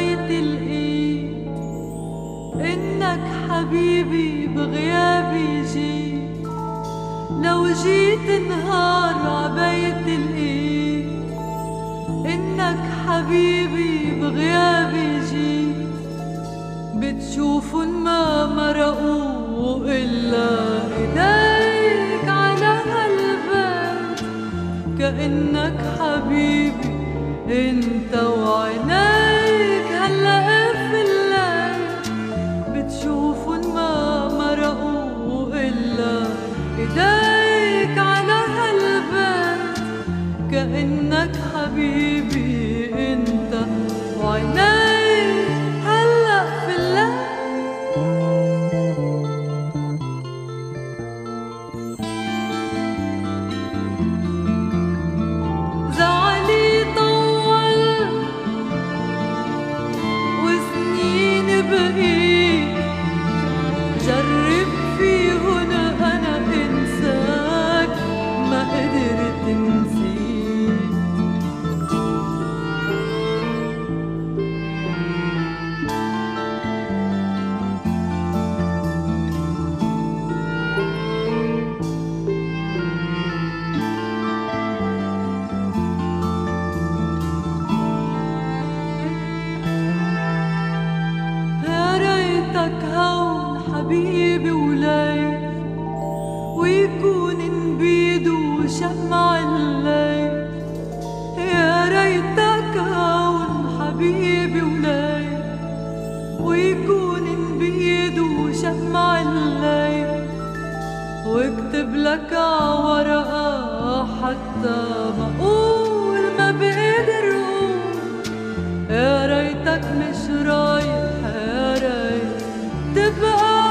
بيت الإيد، إنك حبيبي بغيابي جيت، لو جيت نهار عبيت الإيد، إنك حبيبي بغيابي جيت، بتشوفن ما مرقوا إلا إيديك على هالبيت، كأنك حبيبي انت وعينيك هلأ في الليل، بتشوفن ما مرقوا إلا إيديك على هالبيت، كأنك حبيبي انت وعينيك هلأ في الليل. حبيبي وليل ويكون نبيد وشمع الليل، يا ريتك هون حبيبي وليل ويكون نبيد وشمع الليل، واكتب لك عورقة حتى ما اقول ما بقدر اقول، يا ريتك مش رايح، يا ريت تبقى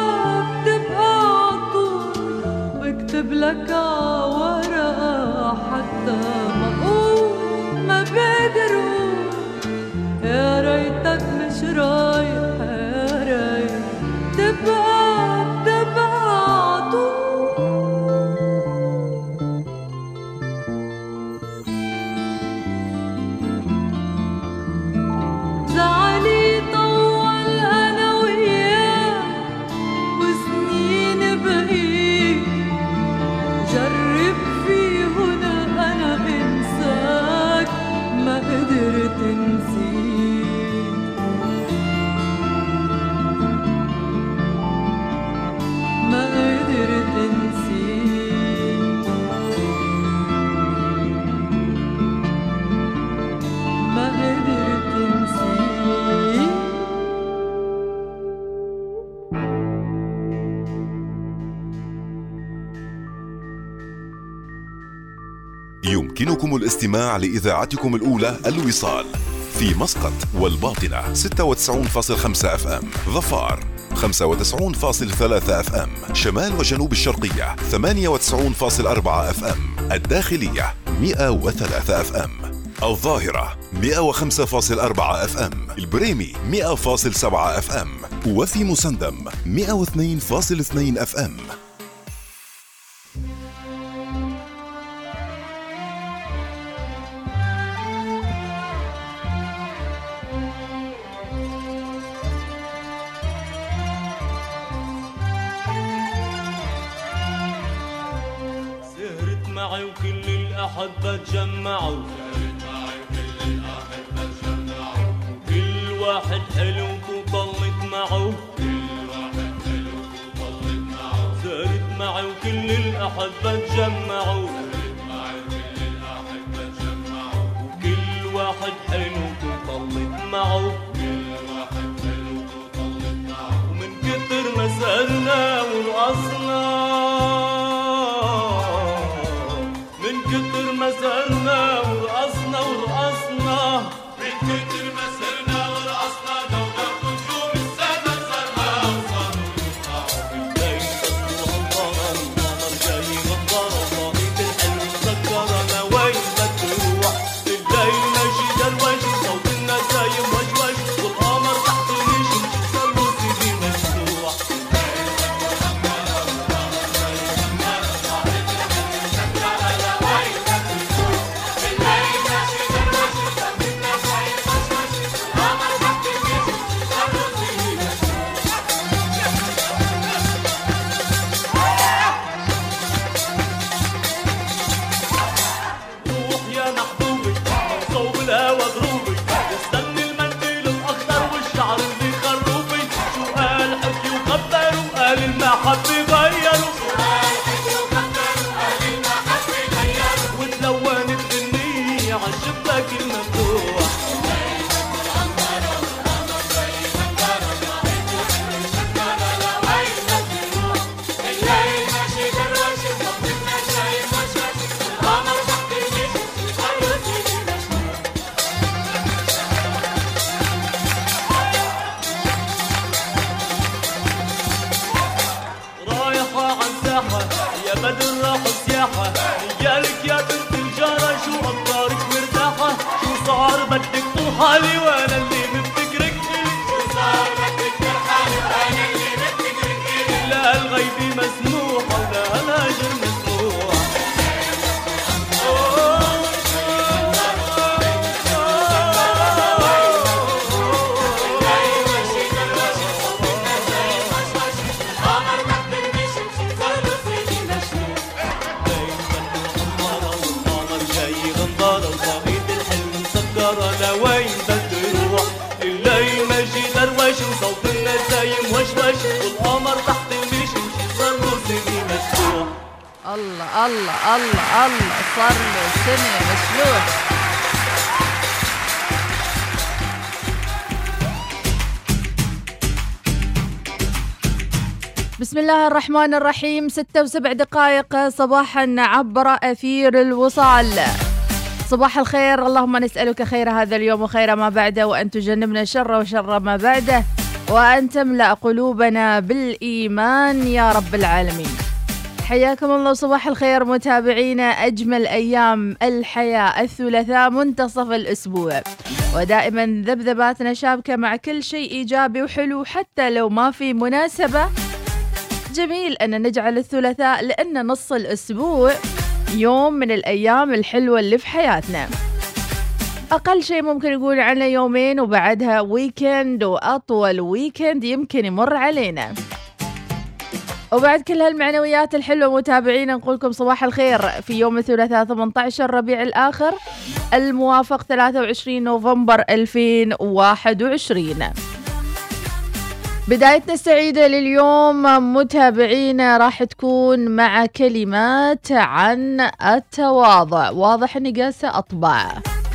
عطول، واكتب لك ورقة حتى ما اقول ما بقدر اقول، يا ريتك مش رايح، يا ريت تبقى عطول. زعلي طول انا وياك وسنين بقيت، جرب فيهن انا انساك ما قدرت نسيت، ما قدرت نسيت، ما قدرت نسيت. يمكنكم الاستماع لإذاعتكم الأولى الوصال في مسقط والباطنة 96.5 FM، ظفار 95.3 FM، شمال وجنوب الشرقية 98.4 FM، الداخلية 103 FM، الظاهرة 105.4 FM، البريمي 100.7 FM، وفي مسندم 102.2 FM. سهرت معي وكل الأحبة تجمعوا، كل واحد حلو وطلت معه، سهرت معي وكل الأحبة تجمعوا، وكل واحد حلو وطلت معه، ومن كتر ما سهرنا ورقصنا، من كتر ما سهرنا ورقصنا ورقصنا، من كتر ما سهرنا ورقصنا دونا نجوم السما صرنا وصاروا يطلعوا بالليل مسموع الغرام، والقمر جاي غدارة وصاحب الحلم مسكرنا وين ما تروح، بالليل ماشي درويش وصوت الناس دايم وجوج، والقمر تحت النجم صار موسيقي مفتوح، بالليل مسموع الغرام الله الله الله الله، صار له سنة مشلوح. بسم الله الرحمن الرحيم. 6:07 صباحا عبر أثير الوصال. صباح الخير، اللهم نسألك خير هذا اليوم وخير ما بعده، وأن تجنبنا شر وشر ما بعده، وأن تملأ قلوبنا بالإيمان يا رب العالمين. حياكم الله، صباح الخير متابعينا. أجمل أيام الحياة الثلاثاء منتصف الأسبوع، ودائما ذبذباتنا شابكة مع كل شيء إيجابي وحلو، حتى لو ما في مناسبة. جميل أن نجعل الثلاثاء لأن نص الأسبوع يوم من الأيام الحلوة اللي في حياتنا. أقل شيء ممكن يقول عنه يومين وبعدها ويكند، وأطول ويكند يمكن يمر علينا. وبعد كل هالمعنويات الحلوة متابعينا نقولكم صباح الخير في يوم الثلاثاء 18 ربيع الآخر الموافق 23 نوفمبر 2021. بدايتنا السعيدة لليوم متابعينا راح تكون مع كلمات عن التواضع. واضح اني جالسة أطبع.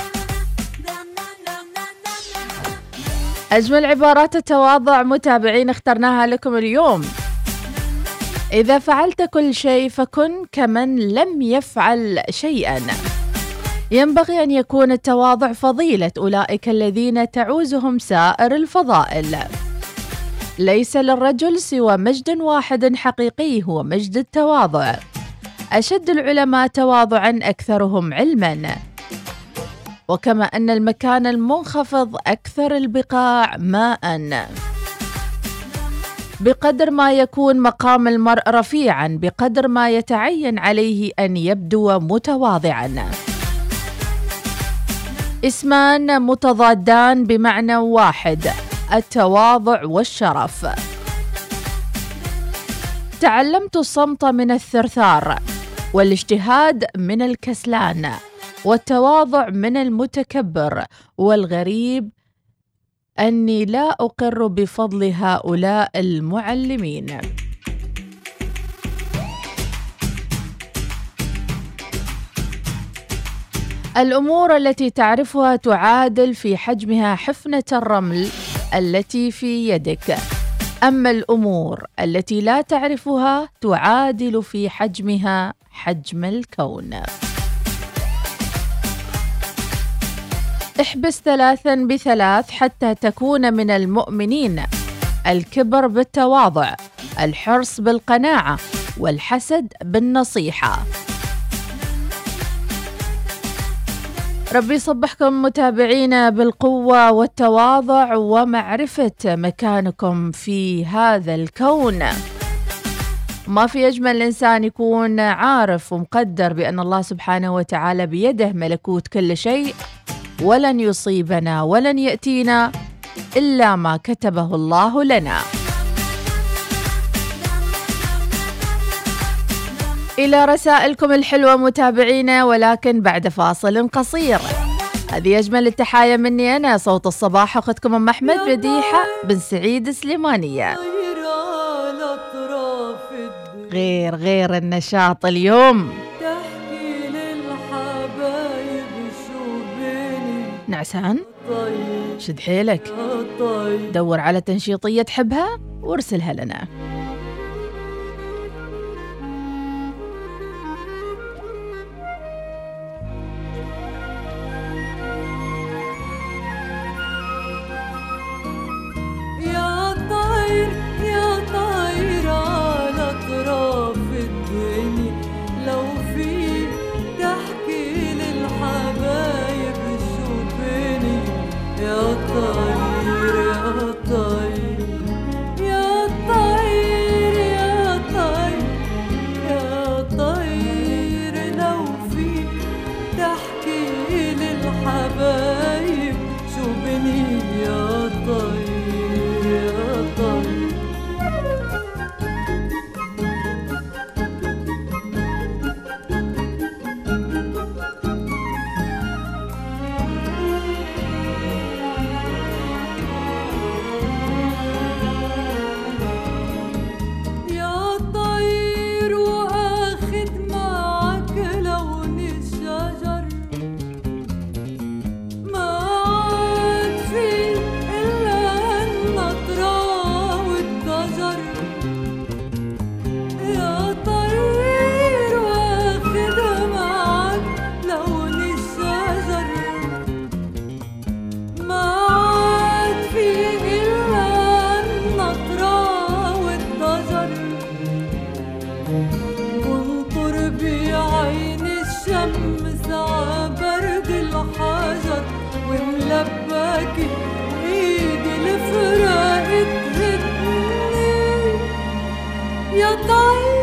أجمل عبارات التواضع متابعين اخترناها لكم اليوم. إذا فعلت كل شيء فكن كمن لم يفعل شيئا. ينبغي أن يكون التواضع فضيلة أولئك الذين تعوزهم سائر الفضائل. ليس للرجل سوى مجد واحد حقيقي، هو مجد التواضع. أشد العلماء تواضعا أكثرهم علما. وكما أن المكان المنخفض أكثر البقاع ماء. بقدر ما يكون مقام المرء رفيعا بقدر ما يتعين عليه أن يبدو متواضعا. اسمان متضادان بمعنى واحد، التواضع والشرف. تعلمت الصمت من الثرثار، والاجتهاد من الكسلان، والتواضع من المتكبر، والغريب أني لا أقر بفضل هؤلاء المعلمين. الأمور التي تعرفها تعادل في حجمها حفنة الرمل التي في يدك، أما الأمور التي لا تعرفها تعادل في حجمها حجم الكون. احبس 3 ب3 حتى تكون من المؤمنين: الكبر بالتواضع، الحرص بالقناعة، والحسد بالنصيحة. ربي يصبحكم متابعينا بالقوة والتواضع ومعرفة مكانكم في هذا الكون. ما في أجمل إنسان يكون عارف ومقدر بأن الله سبحانه وتعالى بيده ملكوت كل شيء، ولن يصيبنا ولن يأتينا إلا ما كتبه الله لنا. إلى رسائلكم الحلوة متابعينا، ولكن بعد فاصل قصير. هذه أجمل التحايا مني أنا صوت الصباح، أخذكم أم أحمد مديحة بن سعيد سليمانية. غير النشاط اليوم. تحكي للحبايب شو بيني نعسان؟ شد حيلك، دور على تنشيطية تحبها وارسلها لنا. يا طير ملمس عبرد الحجر وملبكي ايدي الفراق تهدني يا طيب.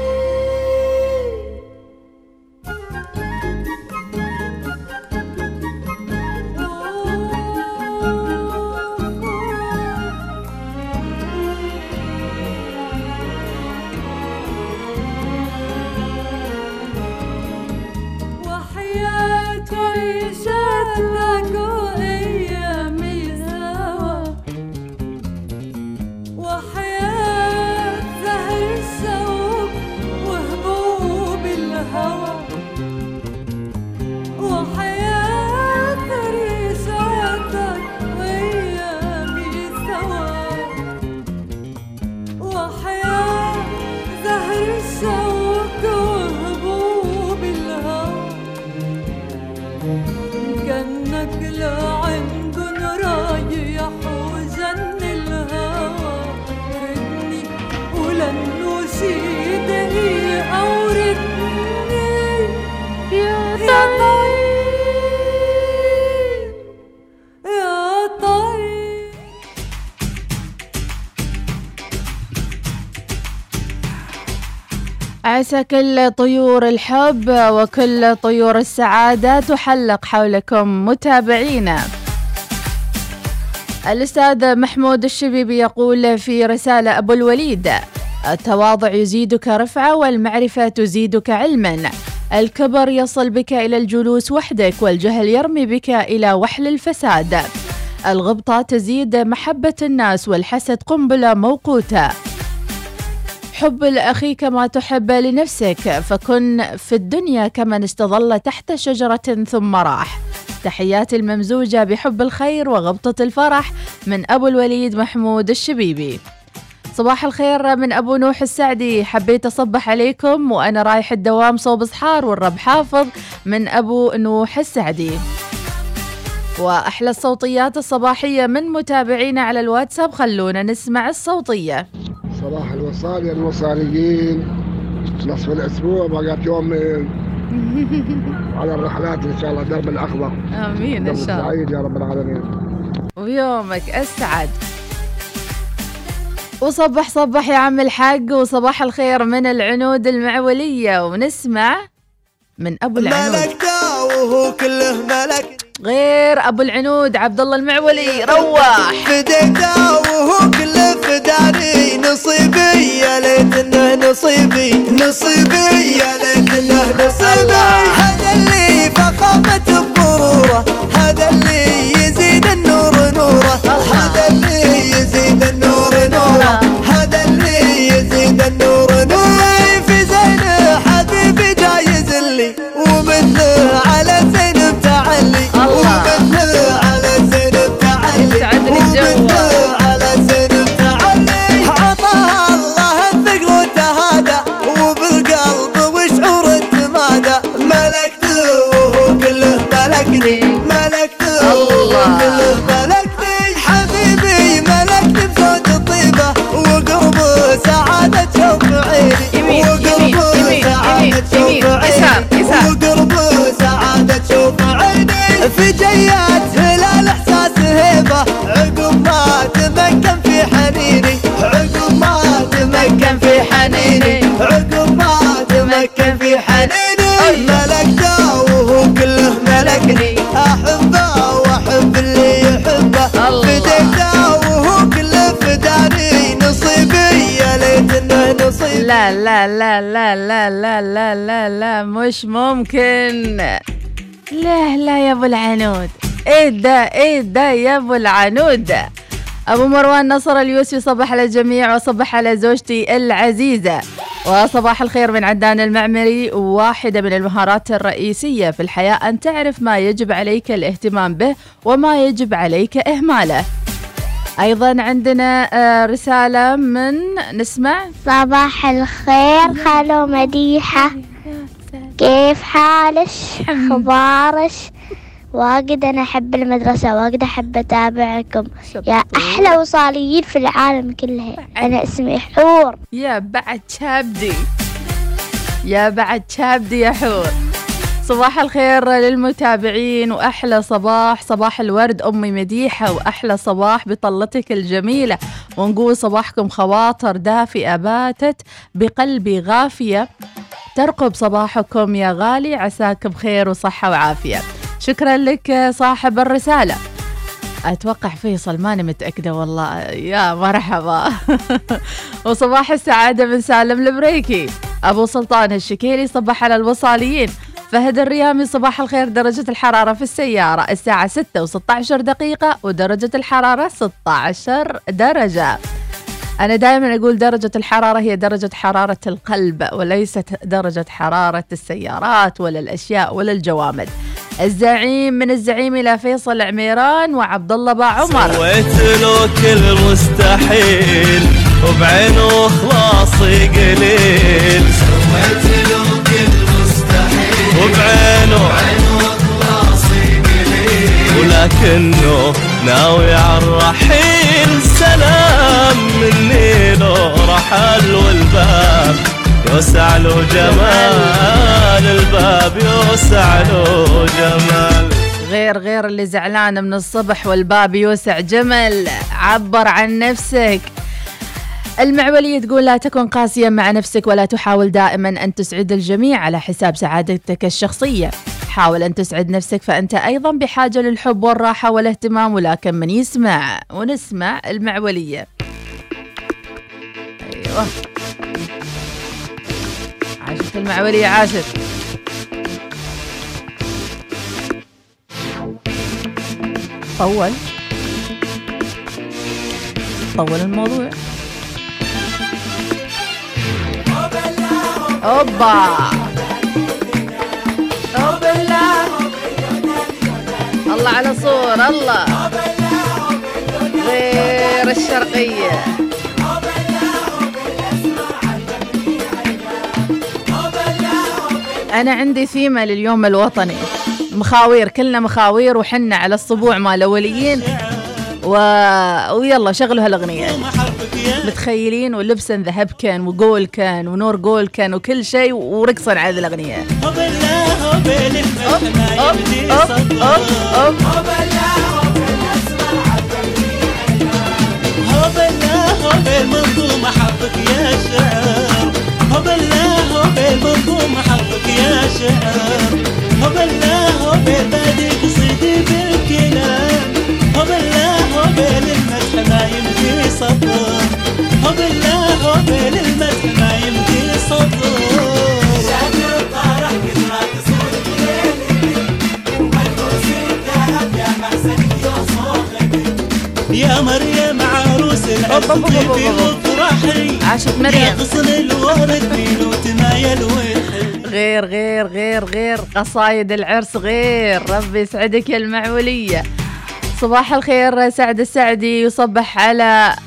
عسى كل طيور الحب وكل طيور السعادة تحلق حولكم متابعينا. الأستاذ محمود الشبيبي يقول في رسالة أبو الوليد: التواضع يزيدك رفعة والمعرفة تزيدك علما، الكبر يصل بك إلى الجلوس وحدك والجهل يرمي بك إلى وحل الفساد، الغبطة تزيد محبة الناس والحسد قنبلة موقوتة، حب لأخيك ما تحب لنفسك، فكن في الدنيا كمن استظل تحت شجرة ثم راح. تحياتي الممزوجة بحب الخير وغبطة الفرح من أبو الوليد محمود الشبيبي. صباح الخير من أبو نوح السعدي، حبيت أصبح عليكم وأنا رايح الدوام صوب صحار والرب حافظ من أبو نوح السعدي. وأحلى الصوتيات الصباحية من متابعينا على الواتساب، خلونا نسمع الصوتية. صباح الوصال يا الوصاليين، نصف الأسبوع بقت يومين على الرحلات إن شاء الله درب الأخضر. آمين إن شاء الله. سعيد يا رب العالمين ويومك أسعد. وصبح صبح يا عم الحاج، وصباح الخير من العنود المعولية، ونسمع من أبو العنود. ملكته وهو كله ملك غير أبو العنود عبد الله المعولي، روح. فديته وهو كله فداني، نصيبي يا ليت انه نصيبي، نصيبي يا ليت انه نصيبي. هذا اللي فخامة بمروره، هذا اللي يزيد النور نوره، هذا اللي يزيد النور نوره، هذا اللي يزيد النور نوره. في زين حبيبي جايز لي ومثله على زين تعلي، ومثله على زين تعلي، ومثله على زين تعلي. عطاها الله الثقل وتهادى، وبالقلب وشعور التمادى. ملكته وهو كله ملكني، ملكته وهو كله ملكني. حبيبي ملكني بصوت الطيبة، وقربه سعادة شوف عيني، وقربه سعادة شوف عيني، وقربه سعادة شوف عيني. في جيات هلال احساس هيبة، عقب ما تمكن في حنيني، عقب ما تمكن في حنيني، عقب ما تمكن في حنيني. ملكته وهو كله ملكني، احبه واحب اللي يحبه. فديته وهو كله فداني، نصيبي يا ليت انه نصيبي. لا لا لا لا لا لا لا لا لا مش ممكن. لا لا يا ابو العنود، ايه ده يا ابو العنود. ابو مروان نصر اليوسفي، صبح على الجميع وصبح على زوجتي العزيزة. وصباح الخير من عدنان المعمري. واحدة من المهارات الرئيسية في الحياة أن تعرف ما يجب عليك الاهتمام به وما يجب عليك إهماله. أيضا عندنا رسالة من نسمع. صباح الخير خالو مديحة، كيف حالش؟ أخبارش؟ واجد أنا أحب المدرسة، واجد أحب أتابعكم يا أحلى وصاليين في العالم كله. أنا اسمي حور. يا بعد شابدي، يا بعد شابدي يا حور. صباح الخير للمتابعين وأحلى صباح، صباح الورد أمي مديحة، وأحلى صباح بطلتك الجميلة، ونقول صباحكم خواطر دافئة باتت بقلبي غافية، ترقب صباحكم يا غالي، عساكم خير وصحة وعافية. شكرا لك صاحب الرسالة. أتوقع فيصل، ماني متأكدة والله. يا مرحبا. وصباح السعادة من سالم البريكي. أبو سلطان الشكيلي صبح على الوصاليين. فهد الريامي صباح الخير، درجة الحرارة في السيارة الساعة 6:16 دقيقة، ودرجة الحرارة 16 درجة. أنا دائما أقول درجة الحرارة هي درجة حرارة القلب، وليست درجة حرارة السيارات ولا الأشياء ولا الجوامد. الزعيم من الزعيم إلى فيصل عميران وعبد الله با عمر. سويت له كل مستحيل وبعينه خلاصي قليل، سويت له كل مستحيل وبعينه خلاصي قليل، ولكنه ناوي عالرحيل. سلام مني له رحل والباب يوسع له جمال، الباب يوسع له جمال. غير اللي زعلان من الصبح والباب يوسع جمل. عبر عن نفسك. المعولية تقول لا تكن قاسيا مع نفسك، ولا تحاول دائما أن تسعد الجميع على حساب سعادتك الشخصية. حاول أن تسعد نفسك، فأنت أيضا بحاجة للحب والراحة والاهتمام، ولكن من يسمع ونسمع المعولية. أيوة، عاشت المعولية، عاشت. طول الموضوع. اوبا الله على صور الله، غير الشرقية. أنا عندي ثيمة لليوم الوطني، مخاوير، كلنا مخاوير وحنا على الصبوع مال الأوليين ويلا شغلوا هالأغنية. متخيلين؟ ولبسا ذهب كان وقول كان ونور قول كان وكل شيء، ورقصا على هذه الأغنية. بالمنظومة حظك يا شعر، بالله بالمنظومة حظك يا شعر، بالله بالبادي قصيدي بالكلام، بالله بالمدح ما يمدي صبر، بالله بالمدح ما يمدي صبر. شاكر الطارح كثرة تصور الليل، والفوز الذهب يا محسن يوصفك، يا مريم عروس العز طيبي وفرحي، عاشت مريم. يا غصن الورد بينوت ما يلوحي. غير قصايد العرس غير. ربي يسعدك يا المعولية. صباح الخير سعد السعدي يصبح على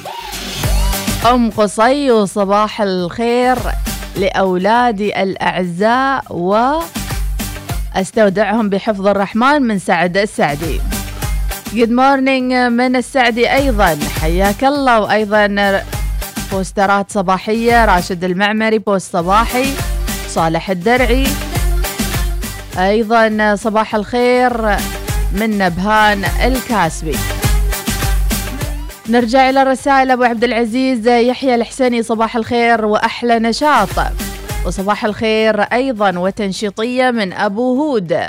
أم قصي، وصباح الخير لأولادي الأعزاء وأستودعهم بحفظ الرحمن من سعد السعدي. Good morning من السعدي أيضا، حياك الله. وأيضا بوسترات صباحية، راشد المعمري بوست صباحي، صالح الدرعي. أيضا صباح الخير من نبهان الكاسبي. نرجع إلى الرسائل. أبو عبد العزيز يحيى الحسيني صباح الخير وأحلى نشاط. وصباح الخير أيضا وتنشيطية من أبو هود.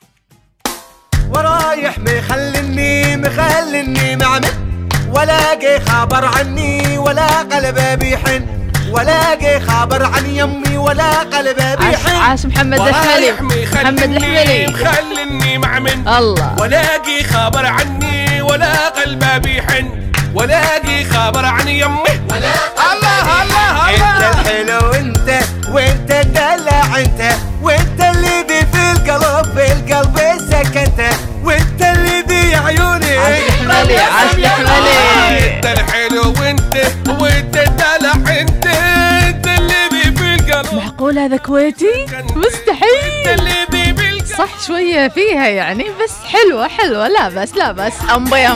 ورايح مخلني معمل، ولاقي خبر عني ولا قلبه بيحن، ولاقي خبر عن يمي ولا قلبه بيحن. عاش محمد الحملي. محمد الحملي مخلني معمل الله، ولاقي خبر عني ولا قلبه بيحن، ولاقي خبر عن يمي ولا الله الله انت الحلو انت، وانت الدلع انت، وانت اللي بي في القلب سكنت، وانت اللي بي عيوني. عاش الحملي. انت الحلو وانت الدلع انت اللي بي في القلب. معقول هذا كويتي؟ مستحيل. صح شوية فيها يعني، بس حلوة لا بس أمبي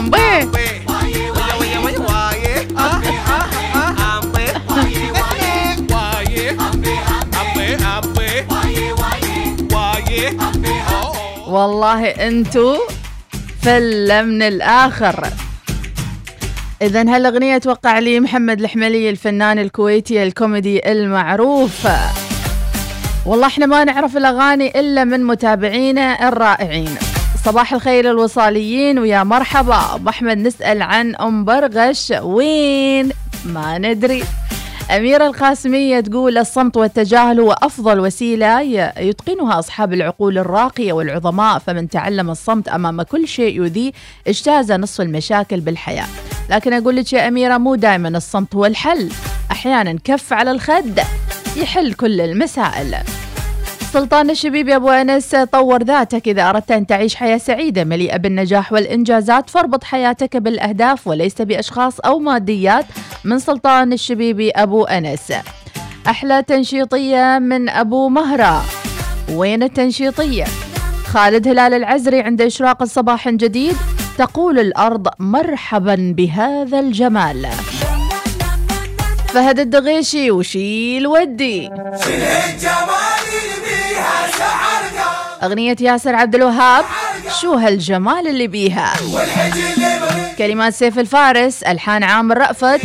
والله انتو فلة من الآخر. إذن هالأغنية توقع لي محمد الحملي الفنان الكويتي الكوميدي المعروف. والله احنا ما نعرف الأغاني إلا من متابعينا الرائعين. صباح الخير الوصاليين ويا مرحبا. أبو أحمد نسأل عن أم برغش وين؟ ما ندري. أميرة القاسمية تقول الصمت والتجاهل هو أفضل وسيلة يتقنها أصحاب العقول الراقية والعظماء، فمن تعلم الصمت أمام كل شيء يؤذيه اجتاز نصف المشاكل بالحياة. لكن أقول لك يا أميرة مو دائما الصمت هو الحل، أحيانا كف على الخد يحل كل المسائل. سلطان الشبيبي أبو أنس طور ذاتك إذا أردت أن تعيش حياة سعيدة مليئة بالنجاح والإنجازات، فاربط حياتك بالأهداف وليس بأشخاص أو ماديات. من سلطان الشبيبي أبو أنس. أحلى تنشيطية من أبو مهرة. وين التنشيطية؟ خالد هلال العزري عند إشراق الصباح جديد تقول الأرض مرحبا بهذا الجمال. فهد الدغيشي وشيل ودي. أغنية ياسر عبد الوهاب شو هالجمال اللي بيها. كلمات سيف الفارس، ألحان عامر رأفت.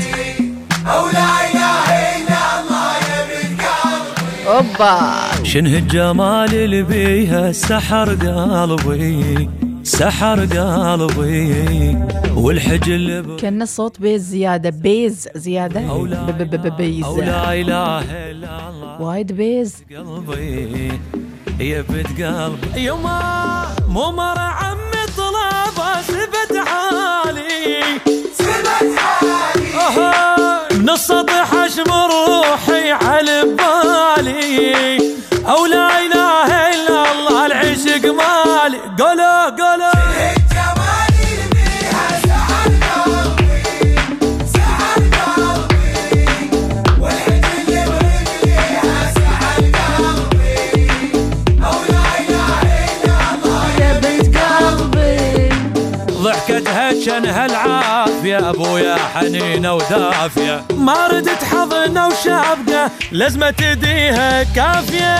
أوبا شنه الجمال اللي بيها سحر قلبي سحر قلبي والحجل كان الصوت بيز زيادة بيز زيادة بيز أو لا إله إلا الله وايد بيز قلبي يا بنت قلبي يوما مو مر عمي طلبه سبت حالي من السطح اشمر روحي على بالي او لا اله الا الله العشق مالي قولوا قولوا ضحكتها كانها العافية ابويا حنينة ودافية ما ردت حضنة وشابقة لازمة تديها كافية.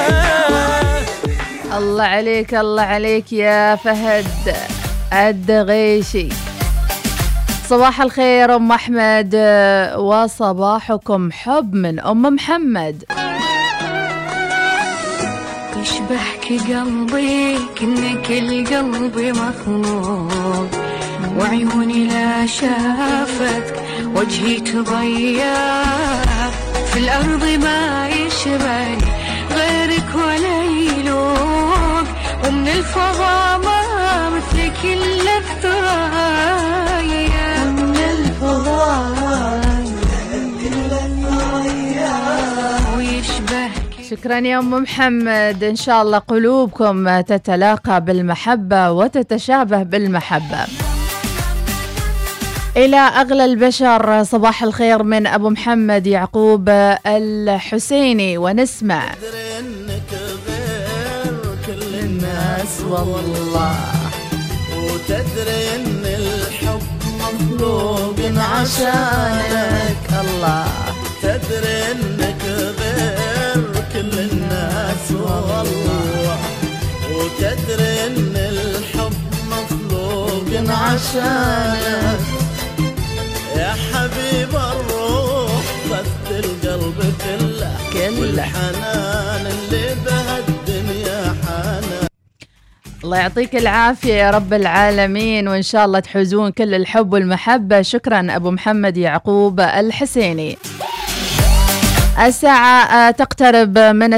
الله عليك الله عليك يا فهد الدغيشي. صباح الخير أم أحمد وصباحكم حب من أم محمد. يشبهك قلبي كأنك القلب مخلوق وعيوني لا شافتك وجهي تضيق في الأرض ما يشبه غيرك ولا يلوق ومن الفضاء ما مثلك إلا الثريا من الفضاء ويشبهك. شكرا يا أم محمد. إن شاء الله قلوبكم تتلاقى بالمحبة وتتشابه بالمحبة. إلى أغلى البشر صباح الخير من أبو محمد يعقوب الحسيني ونسمع كل الناس والله وتدري إن الحب مخلوق عشانك الله تدري إنك غير كل الناس والله وتدري إن الحب مخلوق عشانك يا حبيب الروح بث القلب كله والحنان اللي بهالدنيا حنان. الله يعطيك العافية يا رب العالمين وإن شاء الله تحوزون كل الحب والمحبة. شكرا أبو محمد يعقوب الحسيني. الساعة تقترب من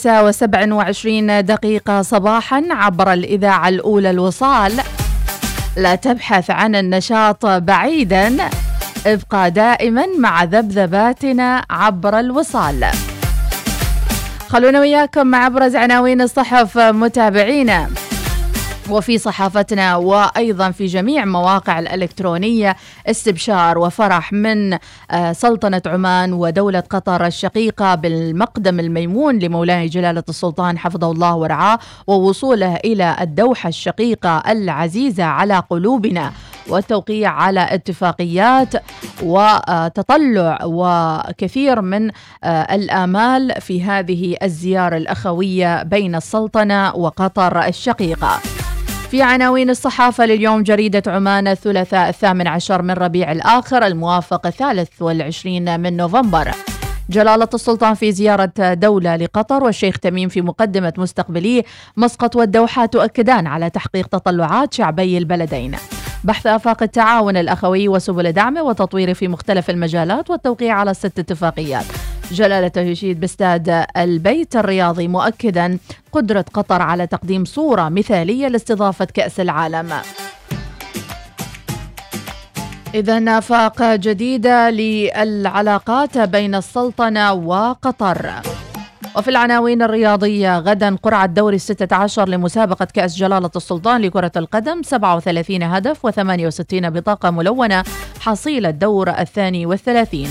6:27 صباحا عبر الإذاعة الأولى الوصال. لا تبحث عن النشاط بعيدا، ابقى دائما مع ذبذباتنا عبر الوصال. خلونا وياكم مع أبرز عناوين الصحف متابعينا وفي صحافتنا وأيضا في جميع مواقع الإلكترونية. استبشار وفرح من سلطنة عمان ودولة قطر الشقيقة بالمقدم الميمون لمولاي جلالة السلطان حفظه الله ورعاه ووصوله إلى الدوحة الشقيقة العزيزة على قلوبنا والتوقيع على اتفاقيات وتطلع وكثير من الآمال في هذه الزيارة الأخوية بين السلطنة وقطر الشقيقة. في عناوين الصحافة لليوم: جريدة عمان الثلاثاء 18 من ربيع الآخر الموافق 23 من نوفمبر. جلالة السلطان في زيارة دولة لقطر، والشيخ تميم في مقدمة مستقبليه. مسقط والدوحة تؤكدان على تحقيق تطلعات شعبي البلدين. بحث آفاق التعاون الأخوي وسبل دعمه وتطويره في مختلف المجالات، والتوقيع على 6 اتفاقيات. جلالته يشيد باستاد البيت الرياضي، مؤكدا قدرة قطر على تقديم صورة مثالية لاستضافة كأس العالم. إذن آفاق جديدة للعلاقات بين السلطنة وقطر. وفي العناوين الرياضية: غدا قرعة دوري 16 لمسابقة كأس جلالة السلطان لكرة القدم، 37 هدف و68 بطاقة ملونة حصيل الدور 32.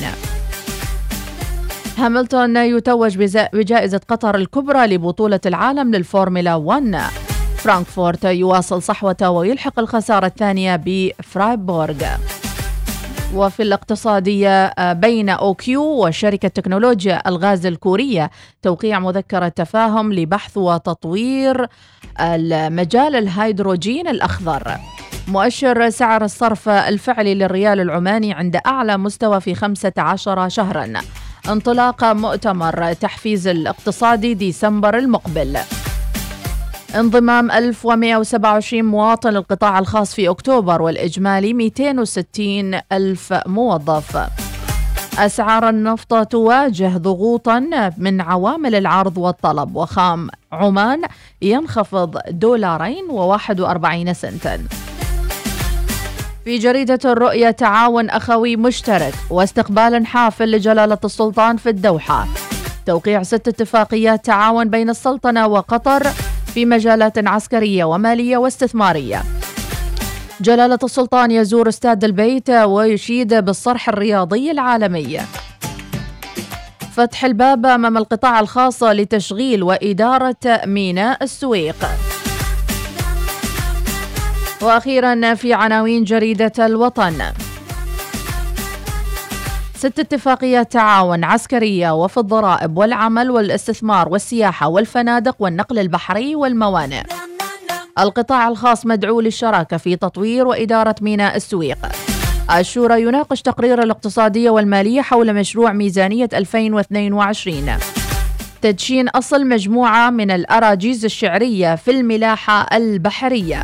هاملتون يتوج بجائزة قطر الكبرى لبطولة العالم للفورمولا 1. فرانكفورت يواصل صحوته ويلحق الخسارة الثانية بفرايبورغ. وفي الاقتصادية: بين أوكيو وشركة تكنولوجيا الغاز الكورية توقيع مذكرة تفاهم لبحث وتطوير المجال الهيدروجين الأخضر. مؤشر سعر الصرف الفعلي للريال العماني عند أعلى مستوى في 15 شهرا. انطلاق مؤتمر تحفيز الاقتصادي ديسمبر المقبل. انضمام 1127 مواطن للقطاع الخاص في أكتوبر، والإجمالي 260 ألف موظف. أسعار النفط تواجه ضغوطا من عوامل العرض والطلب، وخام عمان ينخفض $2.41 سنتا. في جريدة الرؤية: تعاون أخوي مشترك واستقبال حافل لجلالة السلطان في الدوحة. توقيع 6 اتفاقيات تعاون بين السلطنة وقطر في مجالات عسكرية ومالية واستثمارية. جلالة السلطان يزور استاد البيت ويشيد بالصرح الرياضي العالمي. فتح الباب أمام القطاع الخاص لتشغيل وإدارة ميناء السويق. وأخيرا في عناوين جريدة الوطن: 6 اتفاقيات تعاون عسكرية وفي الضرائب والعمل والاستثمار والسياحة والفنادق والنقل البحري والموانئ. القطاع الخاص مدعو للشراكة في تطوير وإدارة ميناء السويق. الشورى يناقش تقرير الاقتصادية والمالية حول مشروع ميزانية 2022. تدشين أصل مجموعة من الأراجيز الشعرية في الملاحة البحرية.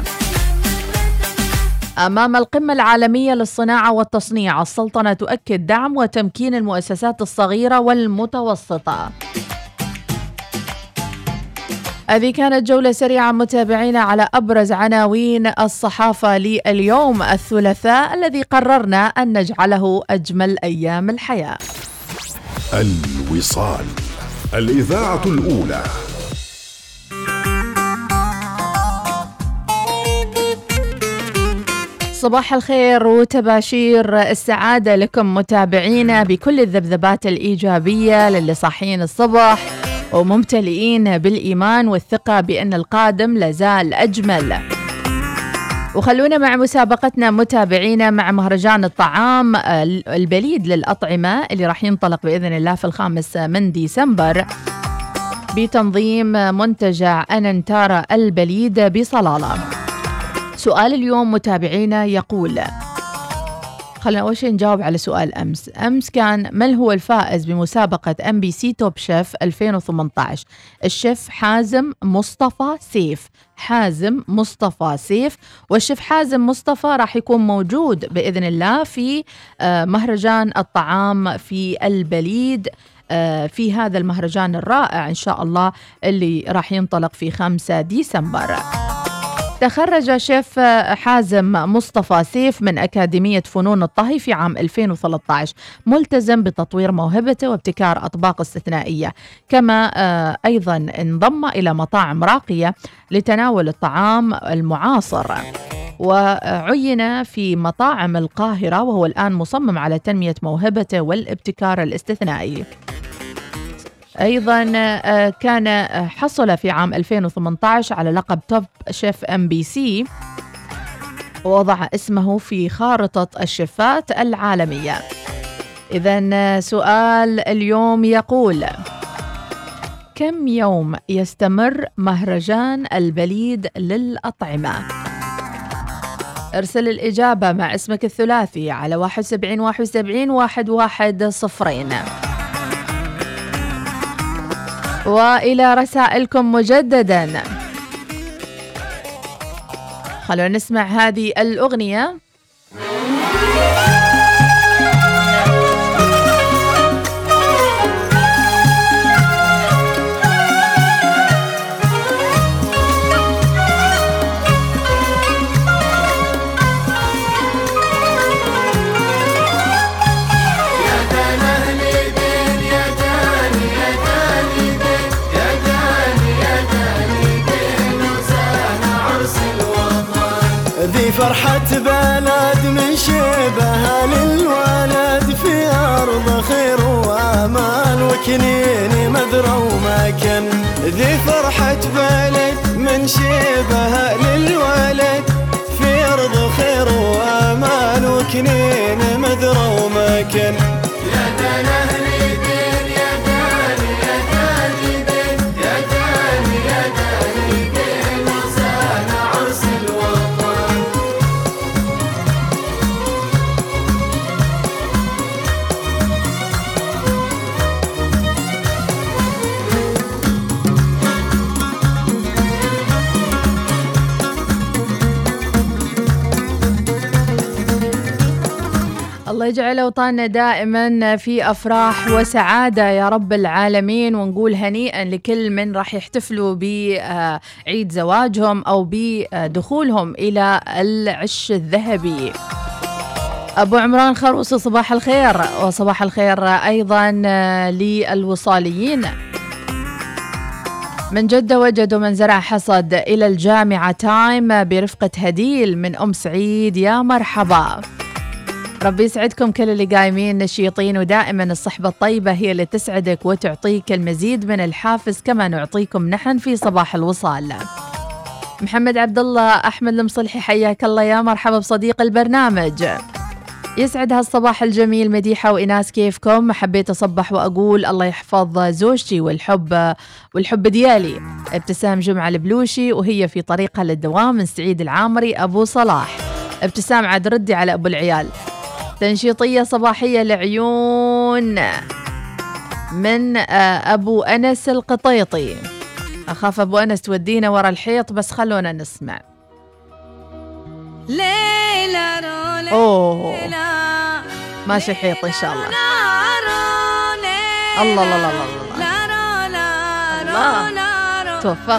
أمام القمة العالمية للصناعة والتصنيع، السلطنة تؤكد دعم وتمكين المؤسسات الصغيرة والمتوسطة. هذه كانت جولة سريعة متابعينا على أبرز عناوين الصحافة لليوم الثلاثاء الذي قررنا أن نجعله أجمل أيام الحياة. الوصال، الإذاعة الأولى. صباح الخير وتباشير السعادة لكم متابعينا بكل الذبذبات الإيجابية للي صاحين الصبح وممتلئين بالإيمان والثقة بأن القادم لازال أجمل. وخلونا مع مسابقتنا متابعينا مع مهرجان الطعام البليد للأطعمة اللي راح ينطلق بإذن الله في 5 من ديسمبر بتنظيم منتجع أننتارا البليد بصلالة. سؤال اليوم متابعينا يقول، خلنا أول شيء نجاوب على سؤال أمس كان: من هو الفائز بمسابقة MBC توب شيف 2018؟ الشيف حازم مصطفى سيف. حازم مصطفى سيف، والشيف حازم مصطفى راح يكون موجود بإذن الله في مهرجان الطعام في البليد، في هذا المهرجان الرائع إن شاء الله اللي راح ينطلق في 5 ديسمبر. تخرج شيف حازم مصطفى سيف من أكاديمية فنون الطهي في عام 2013، ملتزم بتطوير موهبته وابتكار أطباق استثنائية، كما أيضا انضم إلى مطاعم راقية لتناول الطعام المعاصر، وعين في مطاعم القاهرة، وهو الآن مصمم على تنمية موهبته والابتكار الاستثنائي. أيضا كان حصل في عام 2018 على لقب توب شيف MBC ووضع اسمه في خارطة الشفات العالمية. إذن سؤال اليوم يقول: كم يوم يستمر مهرجان البليد للأطعمة؟ ارسل الإجابة مع اسمك الثلاثي على 71 71 110. وإلى رسائلكم مجددا. خلونا نسمع هذه الأغنية. فرحة بلد من شبهها للولد في أرض خير وأمان وكنين مذرة ومكن. ذي فرحة بلد من شبهها للولد في أرض خير وأمان وكنين مذرة ومكن. يا دنا أهلي دين يا داني يا داني دين يا داني يا داني دين وسانا عرس الوطن. الله يجعل أوطاننا دائما في أفراح وسعادة يا رب العالمين، ونقول هنيئا لكل من راح يحتفلوا بعيد زواجهم أو بدخولهم إلى العش الذهبي. أبو عمران خروصي صباح الخير، وصباح الخير أيضا للوصاليين من جدة وجد ومن زرع حصد إلى الجامعة تايم برفقة هديل من أم سعيد. يا مرحبا، ربي يسعدكم كل اللي قايمين نشيطين، ودائما الصحبة الطيبة هي اللي تسعدك وتعطيك المزيد من الحافز كما نعطيكم نحن في صباح الوصال. محمد عبد الله أحمد المصلحي حياك الله، يا مرحبا بصديق البرنامج. يسعد هالصباح الجميل مديحة وإناس، كيفكم؟ حبيت أصبح وأقول الله يحفظ زوجتي والحب ديالي ابتسام جمعة البلوشي وهي في طريقها للدوام من سعيد العامري أبو صلاح. ابتسام عاد ردي على أبو العيال. تنشيطية صباحية لعيون من أبو أنس القطيطي. أخاف أبو أنس تودينا ورا الحيط، بس خلونا نسمع. أوه ماشي حيط إن شاء الله. الله الله الله الله الله توفق.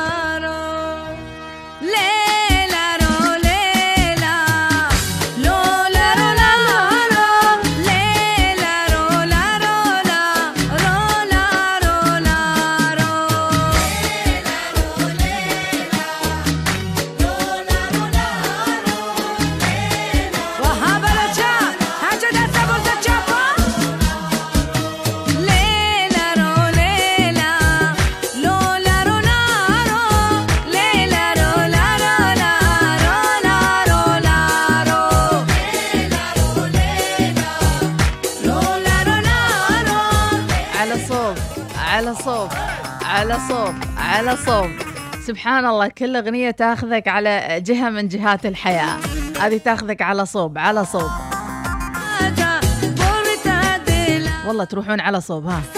على صوب. سبحان الله، كل أغنية تاخذك على جهة من جهات الحياة، هذه تاخذك على صوب. والله تروحون على صوب. ها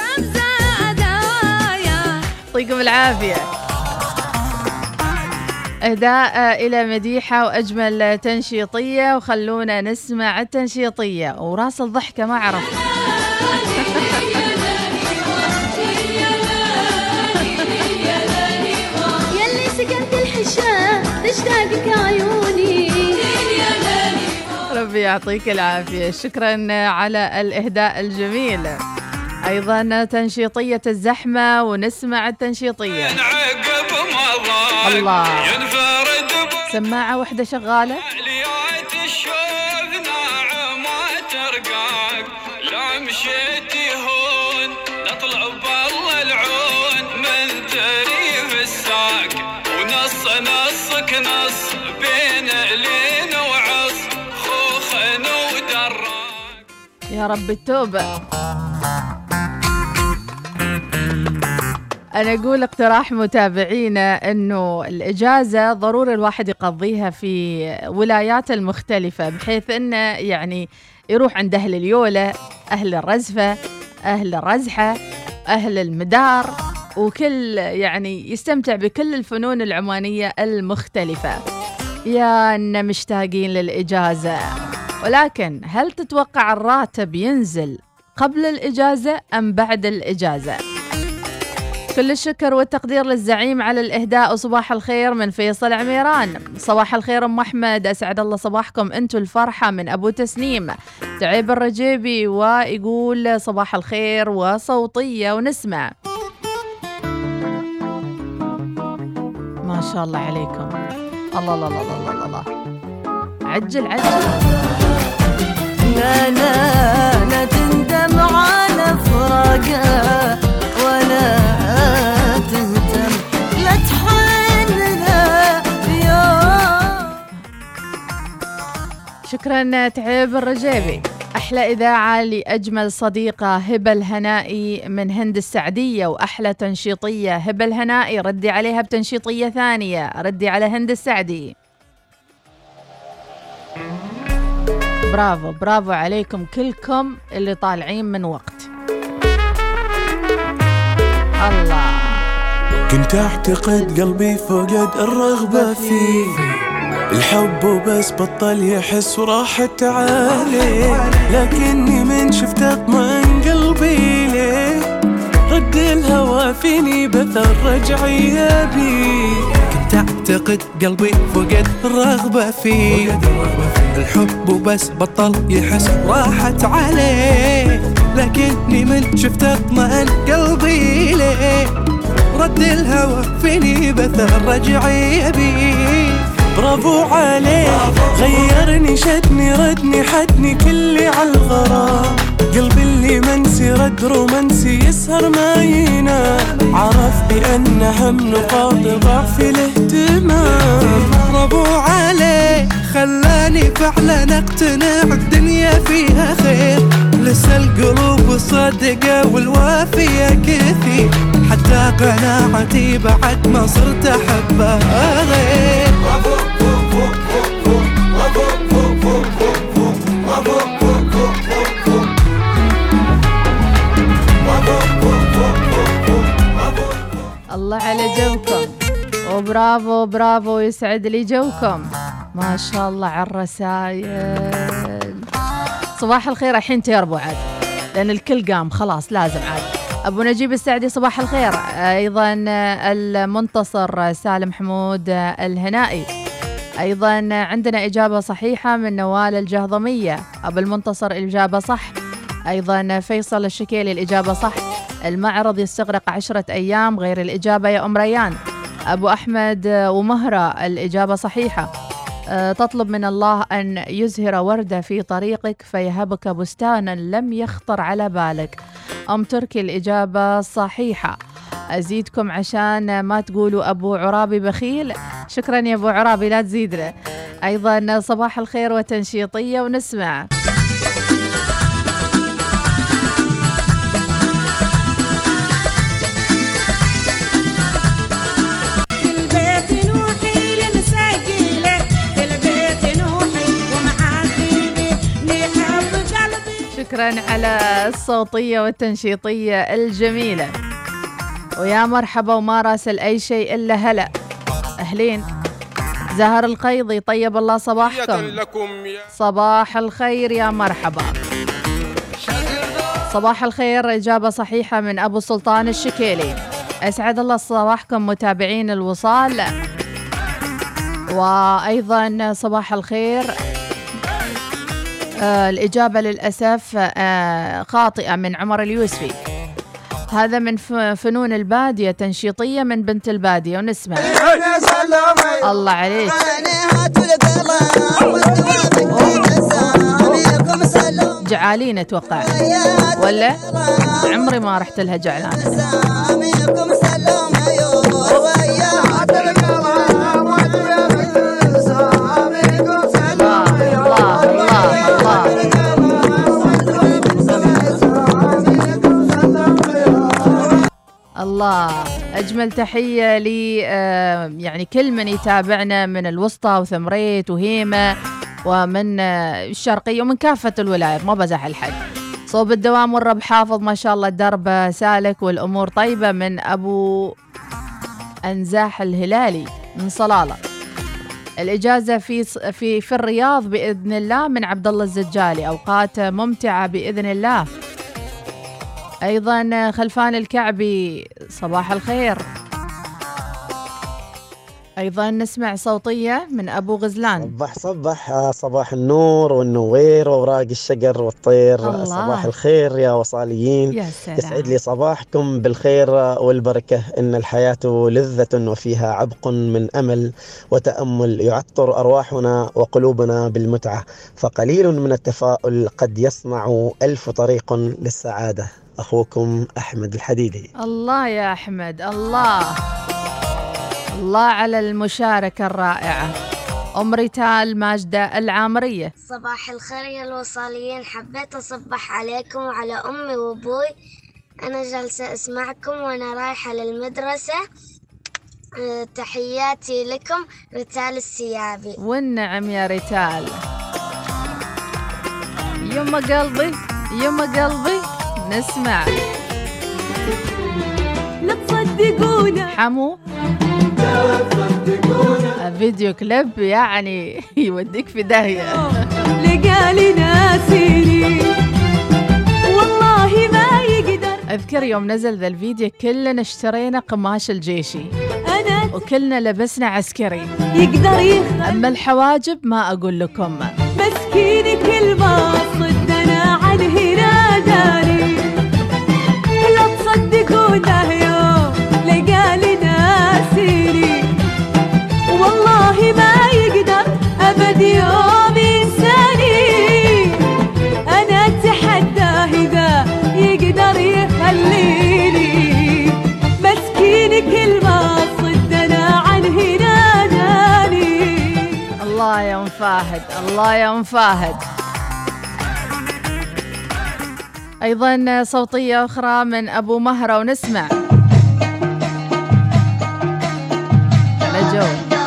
يعطيكم العافية. إهداء إلى مديحة وأجمل تنشيطية، وخلونا نسمع التنشيطية وراس الضحكة ما عرفت. تشتاقك عيوني. ربي يعطيك العافية، شكرا على الإهداء الجميل. أيضا تنشيطية الزحمة، ونسمع التنشيطية. الله، سماعة واحدة شغالة. نص بين لين رب التوبة. أنا أقول اقتراح متابعينا أنه الإجازة ضروري الواحد يقضيها في ولايات المختلفة، بحيث أنه يعني يروح عند أهل اليولة، أهل الرزفة، أهل الرزحة، أهل المدار، وكل يعني يستمتع بكل الفنون العمانية المختلفة. يا أن مشتاقين للإجازة. ولكن هل تتوقع الراتب ينزل قبل الإجازة أم بعد الإجازة؟ كل الشكر والتقدير للزعيم على الإهداء، وصباح الخير من فيصل عميران. صباح الخير أم أحمد، أسعد الله صباحكم أنتوا الفرحة من أبو تسنيم تعيب الرجيبي، ويقول صباح الخير وصوتية ونسمع. ما شاء الله عليكم. الله الله الله الله الله. عجل عجل. لا لا لا تندم على فراقه ولا تهتم، لا تحن له يوم. شكرا تعيب الرجيبي. أحلى إذاعة لأجمل صديقة هبة الهنائي من هند السعدية، وأحلى تنشيطية هبة الهنائي، ردي عليها بتنشيطية ثانية، ردي على هند السعدي. برافو برافو عليكم كلكم اللي طالعين من وقت. الله. كنت أعتقد قلبي فقد الرغبة فيه، الحب وبس بطل يحس وراحت عليه، لكني من شفت اطمئن قلبي ليه، رد الهوى فيني بثر رجعي بيه. كنت أعتقد قلبي فقد الرغبة فيه، الحب وبس بطل يحس وراحت عليه، لكني من شفت اطمئن قلبي ليه، رد الهوى فيني بثر رجعي بيه. برافو عليه، غيرني شدني ردني حدني كلي عالغرام، قلبي اللي منسي رد رومانسي يسهر ما ينام، عرف بأن هم نقاط ضعف الاهتمام. برافو عليه، خلاني فعلا اقتنع الدنيا فيها خير، لسه القلوب الصادقة والوافية كثير، حتى قناعتي بعد ما صرت أحبها غير. الله على جوكم، وبرافو برافو، يسعد لي جوكم. ما شاء الله على الرسايل. صباح الخير. الحين تيربوا عاد لأن الكل قام خلاص، لازم عاد. أبو نجيب السعدي صباح الخير. أيضا المنتصر سالم حمود الهنائي. أيضا عندنا إجابة صحيحة من نوال الجهضمية. أبو المنتصر الإجابة صح. أيضا فيصل الشكيلي الإجابة صح. المعرض يستغرق 10 أيام غير الإجابة يا أم ريان. أبو أحمد ومهرة الإجابة صحيحة. تطلب من الله أن يزهر وردة في طريقك فيهبك بستانا لم يخطر على بالك. أم تركي الإجابة صحيحة. أزيدكم عشان ما تقولوا أبو عرابي بخيل. شكرا يا أبو عرابي، لا تزيدنا. أيضا صباح الخير وتنشيطية ونسمع. شكرا على الصوتية والتنشيطية الجميلة، ويا مرحبا وما راسل أي شيء إلا هلأ. أهلين. زهر القيضي طيب الله صباحكم. صباح الخير يا مرحبا. صباح الخير إجابة صحيحة من أبو سلطان الشكيلي. أسعد الله صباحكم متابعين الوصال. وأيضا صباح الخير. الإجابة للأسف خاطئة من عمر اليوسفي. هذا من فنون البادية، تنشيطية من بنت البادية ونسمع. الله عليك. جعالين أتوقع ولا عمري ما رحت لها جعلانة. الله. أجمل تحية لي يعني كل من يتابعنا من الوسطى وثمريت وهيمة ومن الشرقية ومن كافة الولايات، ما بزح الحد. صوب الدوام والرب حافظ ما شاء الله، الدرب سالك والأمور طيبة، من أبو أنزاح الهلالي من صلالة. الإجازة في الرياض بإذن الله من عبد الله الزجالي، أوقات ممتعة بإذن الله. أيضا خلفان الكعبي صباح الخير. أيضا نسمع صوتية من أبو غزلان. صبح صباح النور والنوير وأوراق الشجر والطير. الله. صباح الخير يا وصاليين، يسعد لي صباحكم بالخير والبركة. إن الحياة لذة وفيها عبق من أمل وتأمل يعطر أرواحنا وقلوبنا بالمتعة، فقليل من التفاؤل قد يصنع 1000 طريق للسعادة. أخوكم أحمد الحديدي. الله يا أحمد، الله الله على المشاركة الرائعة. أم ريتال ماجدة العامرية. صباح الخير يا الوصاليين، حبيت أصبح عليكم وعلى أمي وأبوي. أنا جالسة أسمعكم وأنا رايحة للمدرسة. تحياتي لكم ريتال السيابي. والنعم يا ريتال. يما قلبي يما قلبي. نسمع لا تصدقونا حمو فيديو كليب يعني يوديك في داهية. لقالي ناسيني والله ما يقدر. أذكر يوم نزل ذا الفيديو كلنا اشترينا قماش الجيشي وكلنا لبسنا عسكري يقدر أما الحواجب ما أقول لكم. مسكيني كل ما صدنا عنه ناداني. لا تصدقونه يوم لقالي ناسيني والله ما يقدر أبد يوم ينساني. أنا أتحداه إذا يقدر يخليني. مسكيني كل ما صدنا عنه ناداني. الله يا أم فاهد، الله يا أم فاهد. أيضا صوتية أخرى من أبو مهرة ونسمع لجو.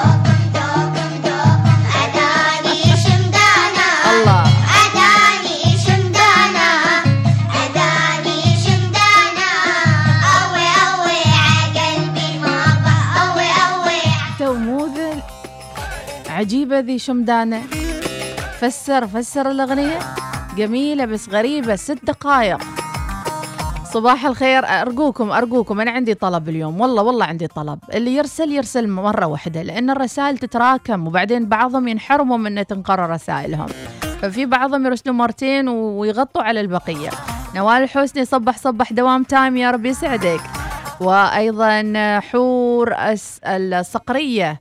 أداني شمدانا الله. أداني شمدانا أداني شمدانا. أوي أوي عقلبي ما ضع. أوي أوي تو مو ذا عجيبة ذي شمدانة. فسر الأغنية جميلة بس غريبة. 6 دقائق. صباح الخير. أرجوكم أنا عندي طلب اليوم، والله عندي طلب. اللي يرسل مرة واحدة، لأن الرسائل تتراكم وبعدين بعضهم ينحرموا من أن تنقرأ رسائلهم، ففي بعضهم يرسلوا مرتين ويغطوا على البقية. نوال الحسني صبح دوام تايم يا رب يسعدك. وأيضا حور الصقرية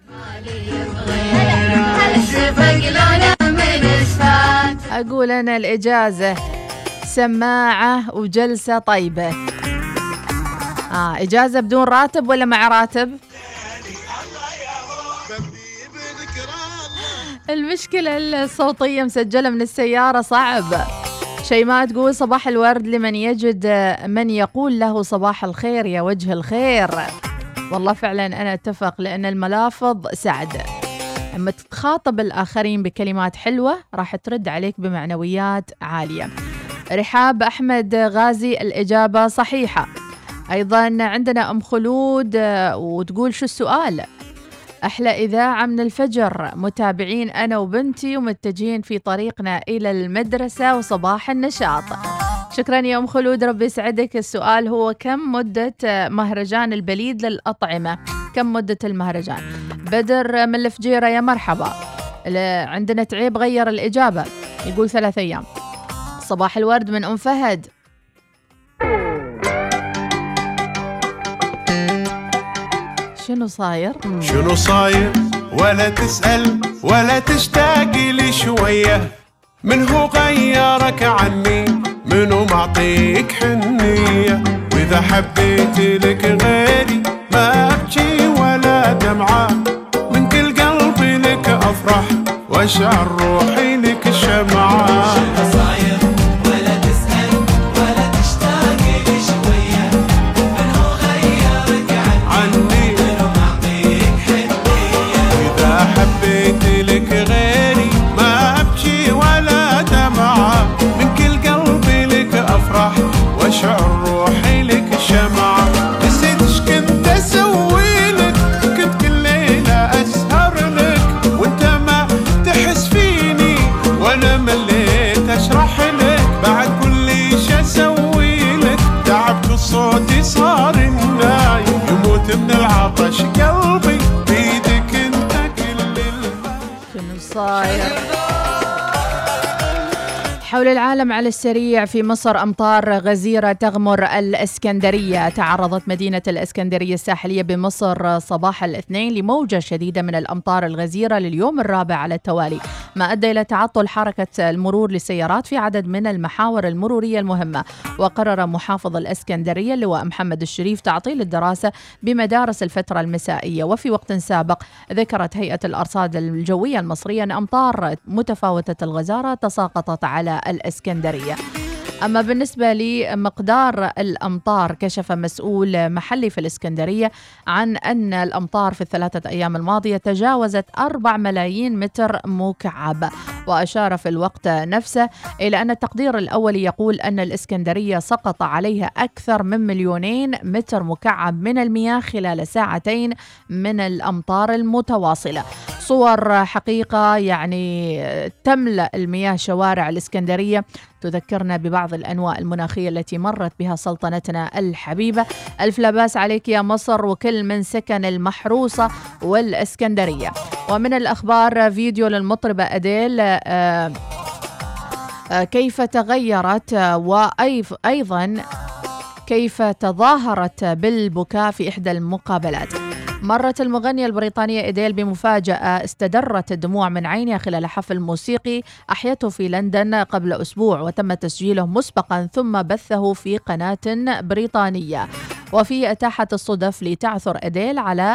أقول أنا الإجازة سماعة وجلسة طيبة. إجازة بدون راتب ولا مع راتب؟ المشكلة الصوتية مسجلة من السيارة صعب. شيماء تقول صباح الورد لمن يجد من يقول له صباح الخير يا وجه الخير. والله فعلا أنا أتفق، لأن الملافظ سعد. أما تتخاطب الآخرين بكلمات حلوة راح ترد عليك بمعنويات عالية. رحاب أحمد غازي الإجابة صحيحة. أيضا عندنا أم خلود وتقول شو السؤال؟ أحلى إذاعة من الفجر، متابعين أنا وبنتي ومتجهين في طريقنا إلى المدرسة وصباح النشاط. شكرا يا أم خلود، ربي يسعدك. السؤال هو كم مدة مهرجان البليد للأطعمة؟ كم مدة المهرجان؟ بدر من الفجيرة يا مرحبا. عندنا تعيب غير الإجابة، يقول 3 أيام. صباح الورد من أم فهد. شنو صاير؟ شنو صاير؟ ولا تسأل ولا تشتاقي لي شوية. من هو غيرك عني؟ منو معطيك حنية؟ وإذا حبيت لك غيري ما أبكي ولا دمعة. من كل قلبي لك أفرح وأشعر روحي لك شمعة. شنو صاير؟ ولا تسأل ولا تشتاقي لي شوية. من هو غيرك حول العالم على السريع. في مصر أمطار غزيرة تغمر الإسكندرية. تعرضت مدينة الإسكندرية الساحلية بمصر صباح الاثنين لموجة شديدة من الأمطار الغزيرة لليوم الرابع على التوالي، ما أدى إلى تعطل حركة المرور للسيارات في عدد من المحاور المرورية المهمة. وقرر محافظ الإسكندرية اللواء محمد الشريف تعطيل الدراسة بمدارس الفترة المسائية. وفي وقت سابق ذكرت هيئة الأرصاد الجوية المصرية أن أمطار متفاوتة الغزارة تساقطت على الإسكندرية. أما بالنسبة لمقدار الأمطار، كشف مسؤول محلي في الإسكندرية عن أن الأمطار في الثلاثة أيام الماضية تجاوزت 4 ملايين متر مكعب. وأشار في الوقت نفسه إلى أن التقدير الأولي يقول أن الإسكندرية سقط عليها أكثر من 2,000,000 متر مكعب من المياه خلال ساعتين من الأمطار المتواصلة. صور حقيقة يعني تملأ المياه شوارع الإسكندرية، تذكرنا ببعض الأنواع المناخية التي مرت بها سلطنتنا الحبيبة. ألف لا باس عليك يا مصر وكل من سكن المحروسة والإسكندرية. ومن الأخبار فيديو للمطربة أديل كيف تغيرت وأيضا كيف تظاهرت بالبكاء في إحدى المقابلات. مرت المغنية البريطانية أديل بمفاجأة استدرت الدموع من عينها خلال حفل موسيقي أحيته في لندن قبل أسبوع، وتم تسجيله مسبقا ثم بثه في قناة بريطانية. وفيه أتاحت الصدف لتعثر أديل على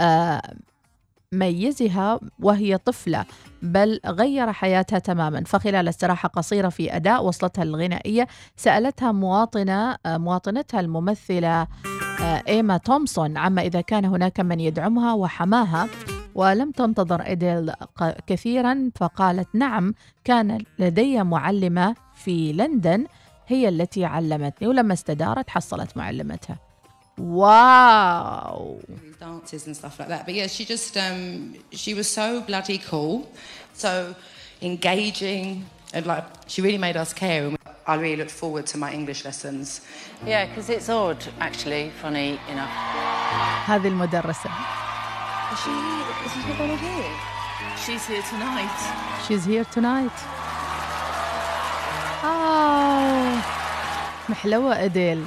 ميزها وهي طفلة، بل غير حياتها تماما. فخلال استراحة قصيرة في أداء وصلتها الغنائية سألتها مواطنتها الممثلة إيما تومسون عما إذا كان هناك من يدعمها وحماها، ولم تنتظر أديل كثيرا فقالت نعم، كان لدي معلمة في لندن هي التي علمتني. ولما استدارت حصلت معلمتها. Wow. Dances and stuff like that. But yeah, she was so bloody cool, so engaging, and like she really made us care. And I really look forward to my English lessons. Yeah, because it's odd, actually, funny enough. هذه المدرسة. Is she gonna here? She's here tonight. She's here tonight. محلوة أديل.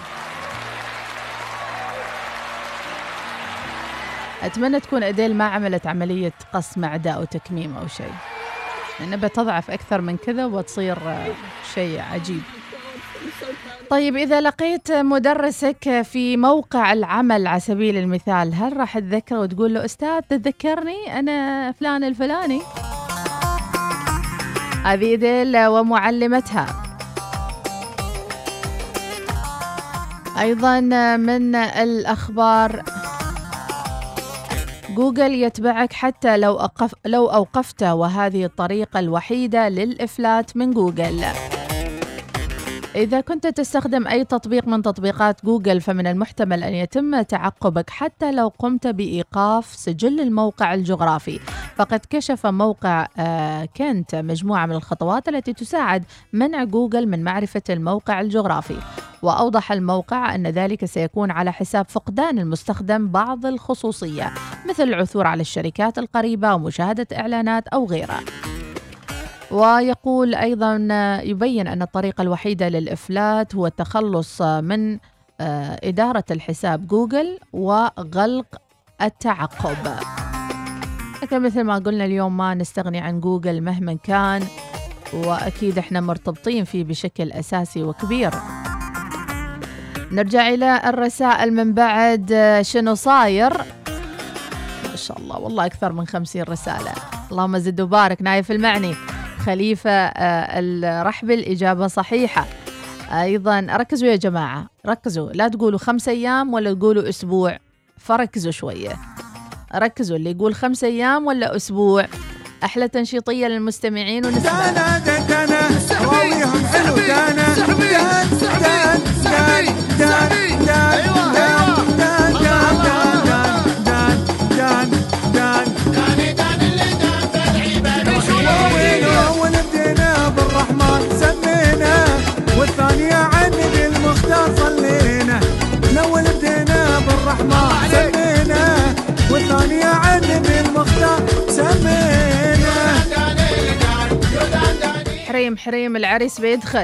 أتمنى تكون أديل ما عملت عملية قص معدة أو تكميم أو شيء، لأنها بتضعف أكثر من كذا وتصير شيء عجيب. طيب إذا لقيت مدرسك في موقع العمل على سبيل المثال، هل راح تذكره وتقول له أستاذ تذكرني أنا فلان الفلاني؟ هذه أديل ومعلمتها. أيضا من الأخبار، جوجل يتبعك حتى لو أوقفت، وهذه الطريقة الوحيدة للإفلات من جوجل. إذا كنت تستخدم أي تطبيق من تطبيقات جوجل فمن المحتمل أن يتم تعقبك حتى لو قمت بإيقاف سجل الموقع الجغرافي. فقد كشف موقع كنت مجموعة من الخطوات التي تساعد منع جوجل من معرفة الموقع الجغرافي. وأوضح الموقع أن ذلك سيكون على حساب فقدان المستخدم بعض الخصوصية، مثل العثور على الشركات القريبة ومشاهدة إعلانات أو غيرها. ويقول أيضا يبين أن الطريقة الوحيدة للإفلات هو التخلص من إدارة الحساب جوجل وغلق التعقب. لكن مثل ما قلنا اليوم ما نستغني عن جوجل مهما كان، وأكيد احنا مرتبطين فيه بشكل أساسي وكبير. نرجع إلى الرسائل من بعد. شنو صاير؟ ما شاء الله والله أكثر من 50 رسالة، اللهم زد وبارك. نايف المعني، خليفة الرحبل، إجابة صحيحة. أيضا ركزوا يا جماعة، ركزوا، لا تقولوا 5 أيام ولا تقولوا أسبوع، فركزوا شوية، ركزوا اللي يقول 5 أيام ولا أسبوع. أحلى تنشيطية للمستمعين ونسمع. دانا راويهم حلو دانا بدينا بالرحمن سمينا، والثانية عن بالمختار صلينا. الأول بدينا بالرحمن سمينا، والثانية عن بالمختار سمينا. حريم العريس بيدخل.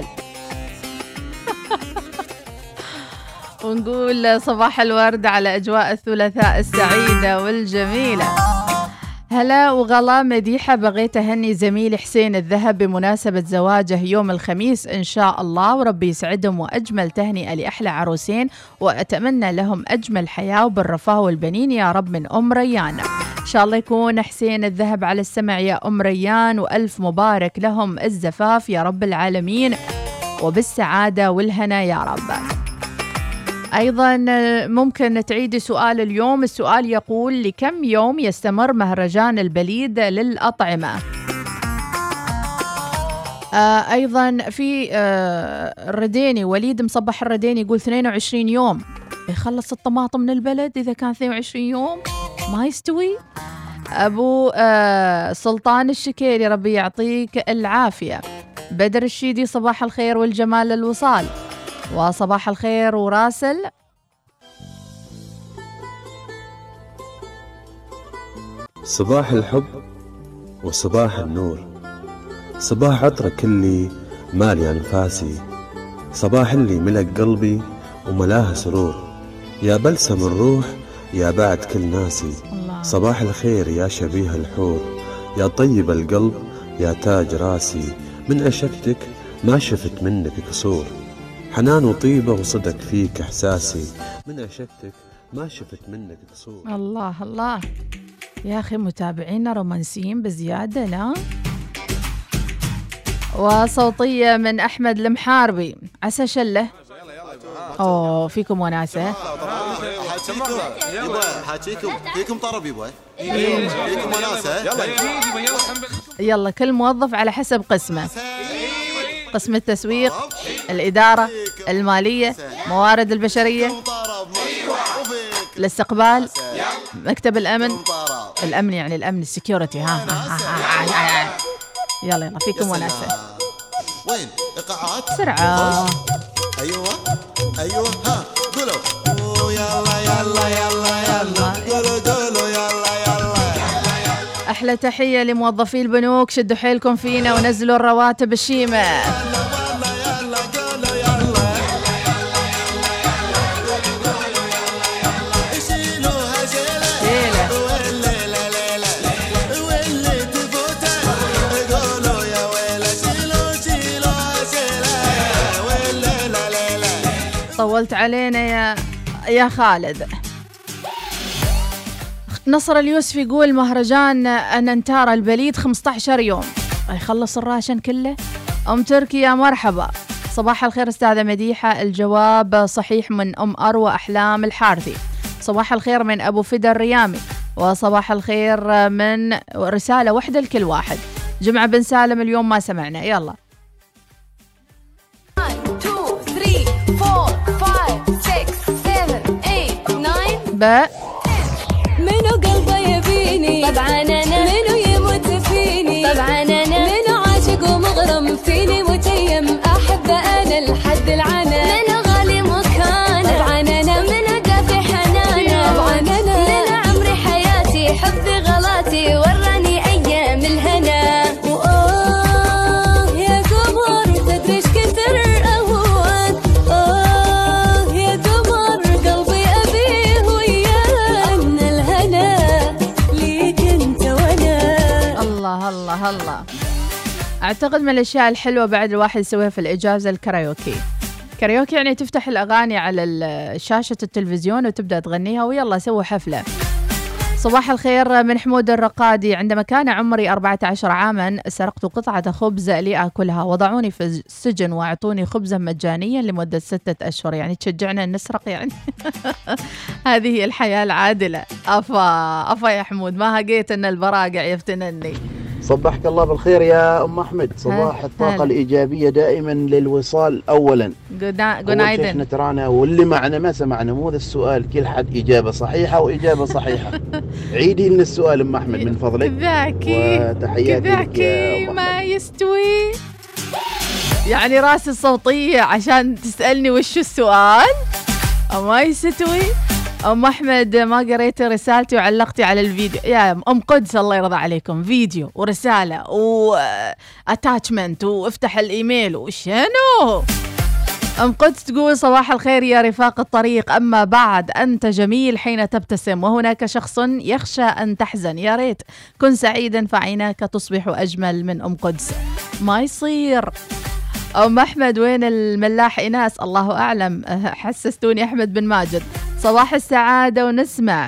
ونقول صباح الورد على أجواء الثلاثاء السعيدة والجميلة. هلا وغلا مديحة، بغيت أهني زميلي حسين الذهب بمناسبة زواجه يوم الخميس إن شاء الله، وربي يسعدهم، وأجمل تهنئة لأحلى عروسين، وأتمنى لهم أجمل حياة وبالرفاه والبنين يا رب من أم ريان. إن شاء الله يكون حسين الذهب على السمع يا أم ريان، وألف مبارك لهم الزفاف يا رب العالمين، وبالسعادة والهنا يا رب. أيضا ممكن تعيدي سؤال اليوم. السؤال يقول: لكم يوم يستمر مهرجان البليد للأطعمة؟ أيضا في الرديني، وليد مصبح الرديني يقول 22 يوم. يخلص الطماطم من البلد إذا كان 22 يوم ما يستوي. أبو سلطان الشكيري ربي يعطيك العافية. بدر الشيدي صباح الخير والجمال للوصال، وصباح الخير وراسل. صباح الحب وصباح النور، صباح عطرة كلي مالي أنفاسي، صباح اللي ملك قلبي وملاه سرور، يا بلسم الروح يا بعد كل ناسي. صباح الخير يا شبيه الحور، يا طيب القلب يا تاج راسي، من أشكتك ما شفت منك كسور، حنان وطيبة وصدق فيك إحساسي، من أشكتك ما شفت منك كسور. الله الله يا أخي، متابعينا رومانسيين بزيادة لا؟ وصوتية من أحمد المحاربي، عسى شله. أوه فيكم وناسة. فيكم طرب يبا، فيكم وناسة. يلا كل موظف على حسب قسمه، قسم التسويق، الإدارة، المالية، موارد البشرية، الاستقبال، مكتب الأمن. الأمن يعني الأمن السكيورتي. ها يلا فيكم وناسة. وين إيقاعات؟ بسرعة. أيوة ها قولوا يلا قولوا يلا. أحلى تحية لموظفي البنوك، شدوا حيلكم فينا ونزلوا الرواتب الشيمة. طولت علينا يا خالد. نصر اليوسف يقول مهرجان أننتارا البليد 15 يوم، يخلص الراشن كله. أم تركي يا مرحبا، صباح الخير أستاذة مديحة، الجواب صحيح من أم أروى أحلام الحارثي. صباح الخير من أبو فدا الريامي، وصباح الخير من رسالة واحدة لكل واحد. جمعة بن سالم اليوم ما سمعنا. يلا 1 2 3 4 5 6 7 8 9 باء. منو قلبه يبيني طبعا انا، منو يموت فيني طبعا انا، منو عاشق ومغرم فيني متيم احبه انا لحد العنا، منو غالي مكانه طبعا انا، منو دافي حنانه طبعا انا، منو عمري حياتي حبي غلاتي وراني ايام الهنا. وآه يا قمر تدري ايش كثر اهوان، آه يا قمر قلبي ابيه وياه، ان الهنا ليك انت وانا. الله الله الله. أعتقد من الأشياء الحلوة بعد الواحد يسويها في الإجازة الكاريوكي. كاريوكي يعني تفتح الأغاني على شاشة التلفزيون وتبدأ تغنيها ويلا سوي حفلة. صباح الخير من حمود الرقادي، عندما كان عمري 14 عاما سرقت قطعة خبز لأكلها، وضعوني في السجن وأعطوني خبزا مجانيا لمدة 6 أشهر. يعني تشجعنا أن نسرق يعني. هذه هي الحياة العادلة. أفا يا حمود، ما هقيت أن البراقع يفتنني. صبحك الله بالخير يا أم أحمد. صباح الطاقة الإيجابية دائما للوصال أولا. قنايدن. احنا ترانا واللي معنا ما سمعنا، مو ذا السؤال كل حد إجابة صحيحة وإجابة صحيحة. عيدي لنا السؤال أم أحمد من فضلك. ذاكي وتحياتي لك يا أم ما يستوي يعني راسي الصوتية عشان تسألني وش السؤال. ما يستوي. أم أحمد ما قريتي رسالتي وعلقتي على الفيديو. يا أم قدس الله يرضى عليكم، فيديو ورسالة واتاتشمنت وافتح الإيميل وشنو. أم قدس تقول صباح الخير يا رفاق الطريق، أما بعد أنت جميل حين تبتسم وهناك شخص يخشى أن تحزن، يا ريت كن سعيدا فعيناك تصبح أجمل. من أم قدس. ما يصير. أم أحمد وين الملاح إناس؟ الله أعلم، حسستوني أحمد بن ماجد. صباح السعادة ونسمع.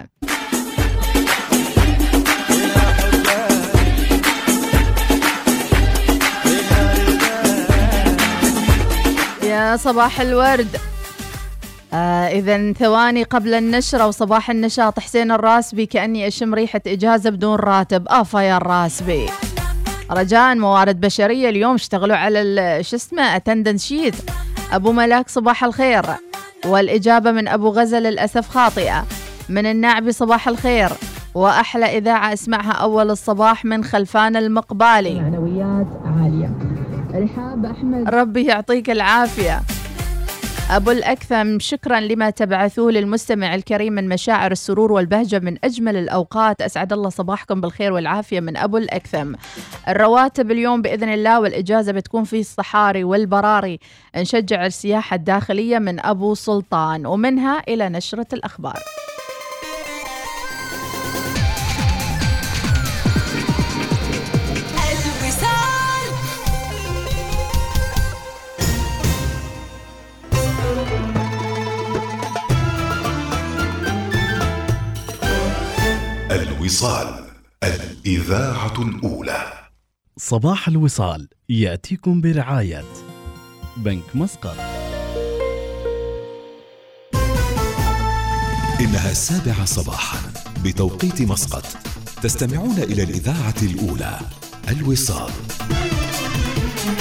يا صباح الورد. إذا ثواني قبل النشرة وصباح النشاط. حسين الراسبي كأني أشم ريحة إجازة بدون راتب. يا الراسبي، رجاء موارد بشرية اليوم اشتغلوا على شو اسمه اتندنس شيت. أبو ملاك صباح الخير، والإجابة من أبو غزل للأسف خاطئة. من الناعبي صباح الخير، وأحلى إذاعة اسمعها أول الصباح من خلفان المقبالي. معنويات عالية. رحاب أحمد ربي يعطيك العافية. أبو الأكثم شكرا لما تبعثوه للمستمع الكريم من مشاعر السرور والبهجة من أجمل الأوقات. أسعد الله صباحكم بالخير والعافية. من أبو الأكثم. الرواتب اليوم بإذن الله والإجازة بتكون في الصحاري والبراري. نشجع السياحة الداخلية. من أبو سلطان. ومنها إلى نشرة الأخبار. الوصال، الإذاعة الأولى. صباح الوصال يأتيكم برعاية بنك مسقط. إنها 7 صباحا بتوقيت مسقط. تستمعون إلى الإذاعة الأولى الوصال.